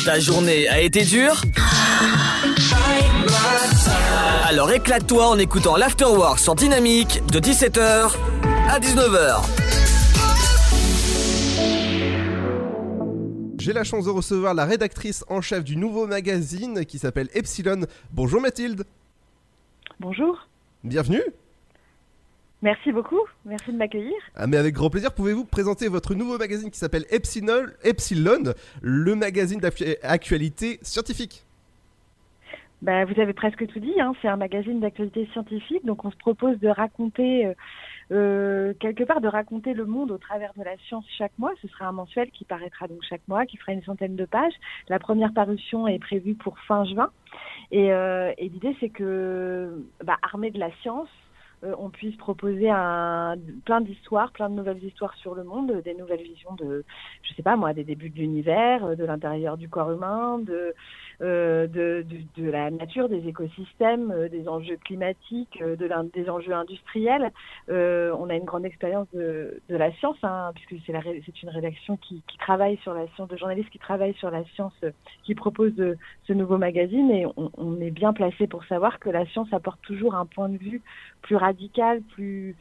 Ta journée a été dure ? Alors éclate-toi en écoutant l'Afterwork sur Dynamique de 17h à 19h. J'ai la chance de recevoir la rédactrice en chef du nouveau magazine qui s'appelle Epsilon. Bonjour Mathilde. Bonjour. Bienvenue. Merci beaucoup, merci de m'accueillir. Ah mais avec grand plaisir, pouvez-vous présenter votre nouveau magazine qui s'appelle Epsilon, le magazine d'actualité scientifique? Bah, vous avez presque tout dit, c'est un magazine d'actualité scientifique, donc on se propose de raconter, quelque part de raconter le monde au travers de la science chaque mois. Ce sera un mensuel qui paraîtra donc chaque mois, qui fera une centaine de pages. La première parution est prévue pour fin juin, et l'idée c'est que, armé de la science, on puisse proposer plein d'histoires, plein de nouvelles histoires sur le monde, des nouvelles visions de, je sais pas moi, des débuts de l'univers, de l'intérieur du corps humain, de la nature, des écosystèmes, des enjeux climatiques, des enjeux industriels. On a une grande expérience de la science, puisque c'est une rédaction qui travaille sur la science, de journalistes qui travaillent sur la science, qui propose ce nouveau magazine, et on est bien placé pour savoir que la science apporte toujours un point de vue plus radical, plus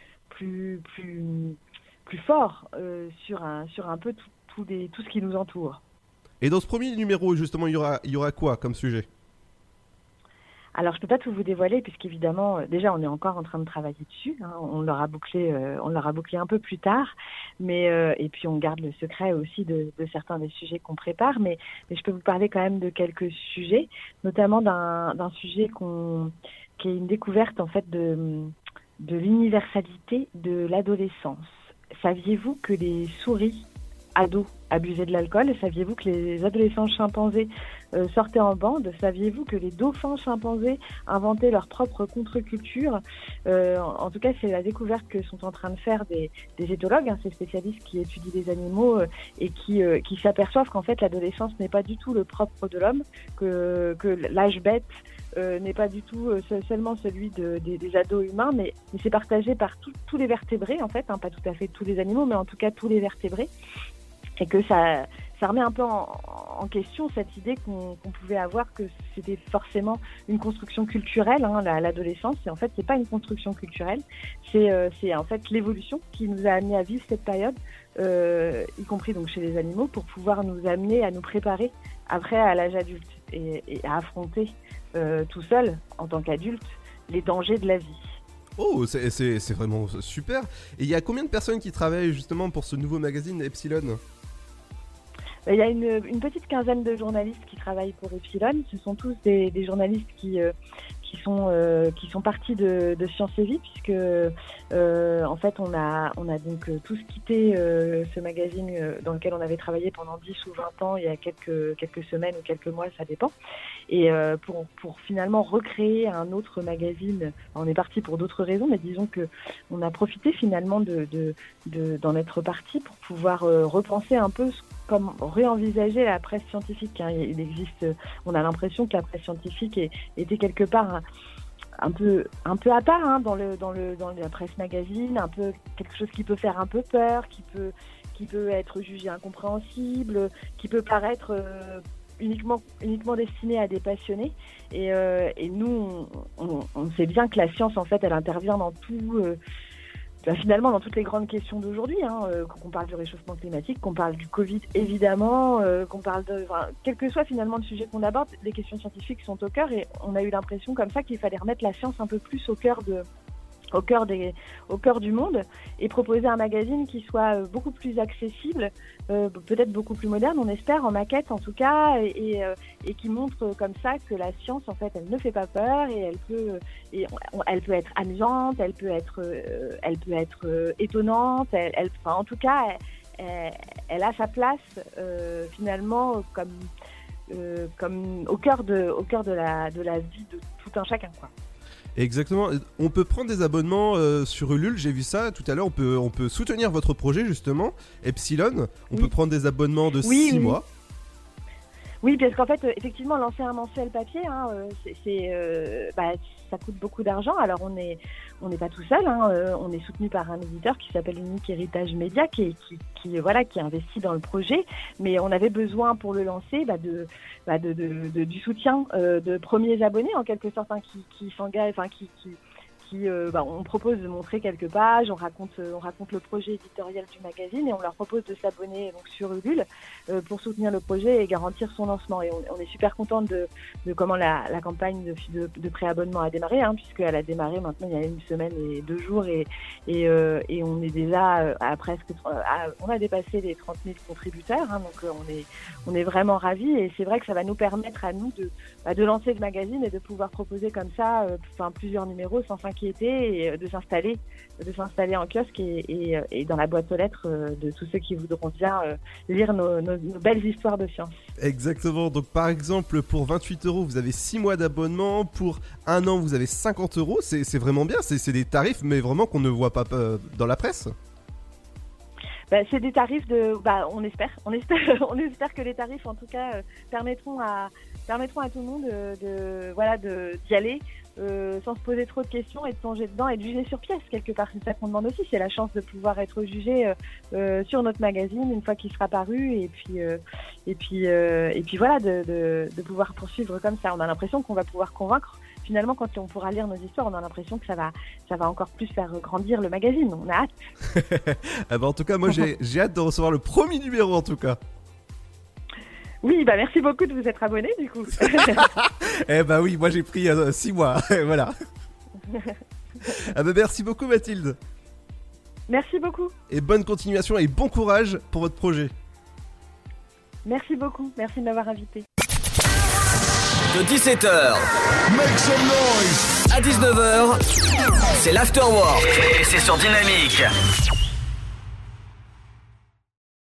fort sur un peu tout ce qui nous entoure. Et dans ce premier numéro, justement, il y aura quoi comme sujet ? Alors, je peux pas tout vous dévoiler, puisqu'évidemment, déjà, on est encore en train de travailler dessus. On l'aura bouclé un peu plus tard, mais et puis on garde le secret aussi de certains des sujets qu'on prépare. Mais je peux vous parler quand même de quelques sujets, notamment d'un sujet qui est une découverte en fait de l'universalité de l'adolescence. Saviez-vous que les souris ados abusaient de l'alcool? Saviez-vous que les adolescents chimpanzés sortaient en bande? Saviez-vous que les dauphins chimpanzés inventaient leur propre contre-culture? En tout cas, c'est la découverte que sont en train de faire des éthologues, ces spécialistes qui étudient les animaux et qui s'aperçoivent qu'en fait l'adolescence n'est pas du tout le propre de l'homme, que l'âge bête n'est pas du tout seulement celui des ados humains, mais c'est partagé par tous les vertébrés en fait, pas tout à fait tous les animaux, mais en tout cas tous les vertébrés. Et que ça remet un peu en question cette idée qu'on pouvait avoir que c'était forcément une construction culturelle, l'adolescence. Et en fait, c'est pas une construction culturelle, c'est en fait l'évolution qui nous a amené à vivre cette période, y compris donc chez les animaux, pour pouvoir nous amener à nous préparer après à l'âge adulte et à affronter tout seul, en tant qu'adulte, les dangers de la vie. Oh, c'est vraiment super. Et il y a combien de personnes qui travaillent justement pour ce nouveau magazine Epsilon ? Il y a une petite quinzaine de journalistes qui travaillent pour Epsilon. Ce sont tous des journalistes qui sont partis de Sciences et Vie, puisque en fait on a donc tous quitté ce magazine dans lequel on avait travaillé pendant 10 ou 20 ans il y a quelques semaines ou quelques mois, ça dépend. Et pour finalement recréer un autre magazine, on est parti pour d'autres raisons, mais disons que on a profité finalement d'en être parti pour pouvoir repenser un peu comme réenvisager la presse scientifique. Il existe, on a l'impression que la presse scientifique était quelque part un peu à part dans la presse magazine, un peu quelque chose qui peut faire un peu peur, qui peut être jugé incompréhensible, qui peut paraître uniquement destiné à des passionnés. Et nous, on sait bien que la science, en fait, elle intervient dans tout. Finalement, dans toutes les grandes questions d'aujourd'hui, qu'on parle du réchauffement climatique, qu'on parle du Covid évidemment, qu'on parle quel que soit finalement le sujet qu'on aborde, les questions scientifiques sont au cœur, et on a eu l'impression comme ça qu'il fallait remettre la science un peu plus au cœur du monde, et proposer un magazine qui soit beaucoup plus accessible, peut-être beaucoup plus moderne, on espère, en maquette en tout cas, et qui montre comme ça que la science, en fait, elle ne fait pas peur, et elle peut être amusante, elle peut être étonnante, en tout cas, elle a sa place finalement comme au cœur de la vie de tout un chacun, quoi. Exactement, on peut prendre des abonnements sur Ulule, j'ai vu ça tout à l'heure, on peut soutenir votre projet justement, Epsilon, on peut prendre des abonnements de 6 mois. Oui, parce qu'en fait, effectivement, lancer un mensuel papier, ça coûte beaucoup d'argent. Alors, on n'est pas tout seul. On est soutenu par un éditeur qui s'appelle Unique Héritage Média, qui investit dans le projet. Mais on avait besoin pour le lancer du soutien de premiers abonnés, en quelque sorte, qui s'engagent, on propose de montrer quelques pages, on raconte le projet éditorial du magazine et on leur propose de s'abonner donc sur Ulule pour soutenir le projet et garantir son lancement. Et on est super contente de comment la campagne de préabonnement a démarré, puisqu'elle a démarré maintenant il y a 1 semaine et 2 jours et on est déjà on a dépassé les 30 000 contributeurs, donc on est vraiment ravis et c'est vrai que ça va nous permettre à nous de lancer le magazine et de pouvoir proposer comme ça plusieurs numéros sans s'inquiéter et de s'installer en kiosque et dans la boîte aux lettres de tous ceux qui voudront bien lire nos belles histoires de science. Exactement, donc par exemple pour 28 €, vous avez 6 mois d'abonnement, pour 1 an vous avez 50 €, c'est vraiment bien, c'est des tarifs mais vraiment qu'on ne voit pas dans la presse. C'est des tarifs on espère que les tarifs en tout cas permettront à tout le monde d'y aller sans se poser trop de questions et de plonger dedans et de juger sur pièce quelque part. C'est ça qu'on demande aussi, c'est la chance de pouvoir être jugé sur notre magazine une fois qu'il sera paru et puis de pouvoir poursuivre comme ça. On a l'impression qu'on va pouvoir convaincre. Finalement, quand on pourra lire nos histoires, on a l'impression que ça va encore plus faire grandir le magazine. On a hâte. En tout cas, moi j'ai hâte de recevoir le premier numéro en tout cas. Oui, merci beaucoup de vous être abonné du coup. Oui, moi j'ai pris 6 mois, voilà. Merci beaucoup Mathilde. Merci beaucoup. Et bonne continuation et bon courage pour votre projet. Merci beaucoup, merci de m'avoir invité. De 17h Make some noise. à 19h, c'est l'Afterwork et c'est sur Dynamique.